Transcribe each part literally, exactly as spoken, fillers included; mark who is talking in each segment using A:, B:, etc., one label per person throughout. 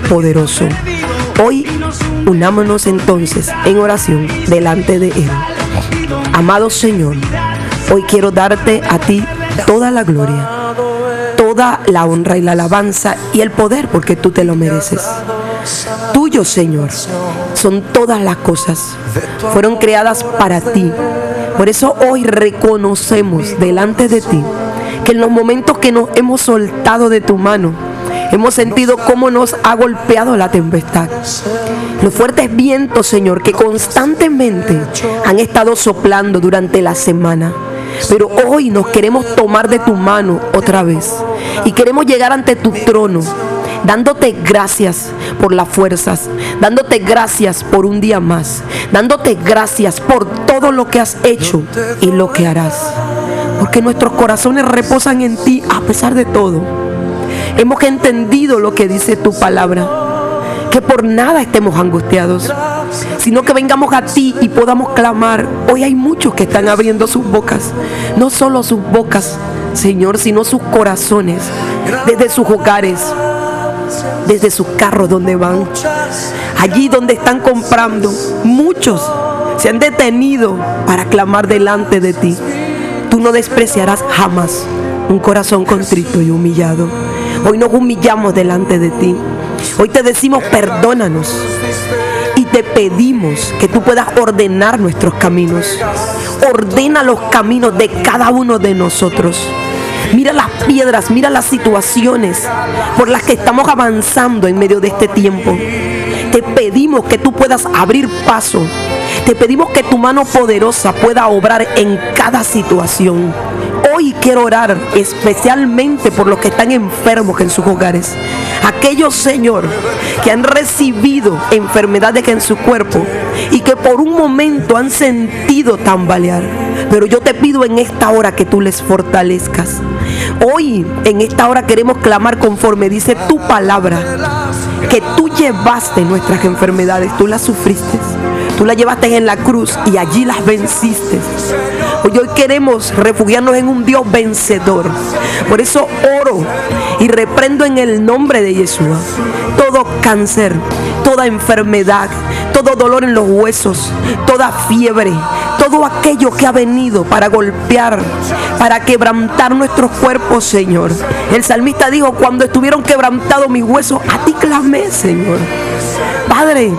A: poderoso. Hoy unámonos entonces en oración delante de Él. Amado Señor, hoy quiero darte a ti toda la gloria, toda la honra y la alabanza y el poder, porque tú te lo mereces. Tuyo, Señor, son todas las cosas. Fueron creadas para ti. Por eso hoy reconocemos delante de ti que en los momentos que nos hemos soltado de tu mano, hemos sentido cómo nos ha golpeado la tempestad. Los fuertes vientos, Señor, que constantemente han estado soplando durante la semana. Pero hoy nos queremos tomar de tu mano otra vez. Y queremos llegar ante tu trono, dándote gracias por las fuerzas, dándote gracias por un día más, dándote gracias por todo lo que has hecho y lo que harás. Porque nuestros corazones reposan en ti a pesar de todo. Hemos entendido lo que dice tu palabra, que por nada estemos angustiados, sino que vengamos a ti y podamos clamar. Hoy hay muchos que están abriendo sus bocas, no solo sus bocas, Señor, sino sus corazones, desde sus hogares, desde sus carros donde van, allí donde están comprando. Muchos se han detenido para clamar delante de ti. Tú no despreciarás jamás un corazón contrito y humillado. Hoy nos humillamos delante de ti. Hoy te decimos perdónanos y te pedimos que tú puedas ordenar nuestros caminos. Ordena los caminos de cada uno de nosotros. Mira las piedras, mira las situaciones por las que estamos avanzando en medio de este tiempo. Te pedimos que tú puedas abrir paso. Te pedimos que tu mano poderosa pueda obrar en cada situación. Hoy quiero orar especialmente por los que están enfermos en sus hogares. Aquellos, Señor, que han recibido enfermedades en su cuerpo y que por un momento han sentido tambalear. Pero yo te pido en esta hora que tú les fortalezcas. Hoy, en esta hora, queremos clamar conforme dice tu palabra, que tú llevaste nuestras enfermedades, tú las sufriste, tú las llevaste en la cruz y allí las venciste. Hoy, hoy queremos refugiarnos en un Dios vencedor. Por eso oro y reprendo en el nombre de Yeshua todo cáncer, toda enfermedad, todo dolor en los huesos, toda fiebre, todo aquello que ha venido para golpear, para quebrantar nuestros cuerpos, Señor. El salmista dijo: cuando estuvieron quebrantados mis huesos, a ti clamé, Señor. Padre,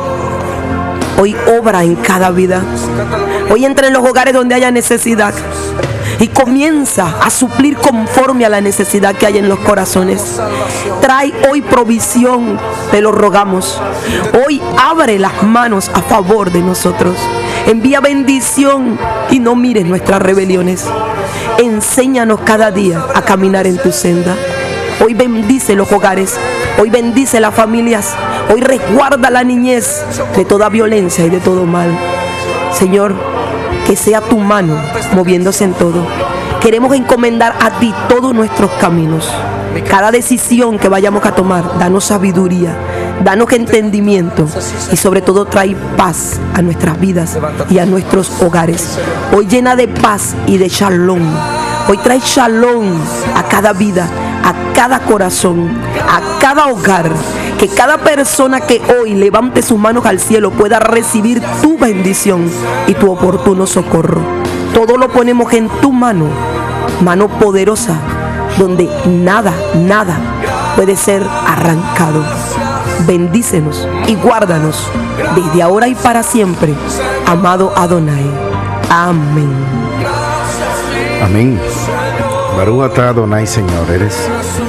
A: hoy obra en cada vida. Hoy entra en los hogares donde haya necesidad y comienza a suplir conforme a la necesidad que hay en los corazones. Trae hoy provisión, te lo rogamos. Hoy abre las manos a favor de nosotros. Envía bendición y no mires nuestras rebeliones. Enséñanos cada día a caminar en tu senda. Hoy bendice los hogares, hoy bendice las familias, hoy resguarda la niñez de toda violencia y de todo mal. Señor, que sea tu mano moviéndose en todo. Queremos encomendar a ti todos nuestros caminos. Cada decisión que vayamos a tomar, danos sabiduría, danos entendimiento y sobre todo trae paz a nuestras vidas y a nuestros hogares. Hoy llena de paz y de shalom. Hoy trae shalom a cada vida, a cada corazón, a cada hogar. Que cada persona que hoy levante sus manos al cielo pueda recibir tu bendición y tu oportuno socorro. Todo lo ponemos en tu mano, mano poderosa, donde nada, nada puede ser arrancado. Bendícenos y guárdanos desde ahora y para siempre, amado Adonai. Amén.
B: Amén. Baruch atah Adonai, Señor, eres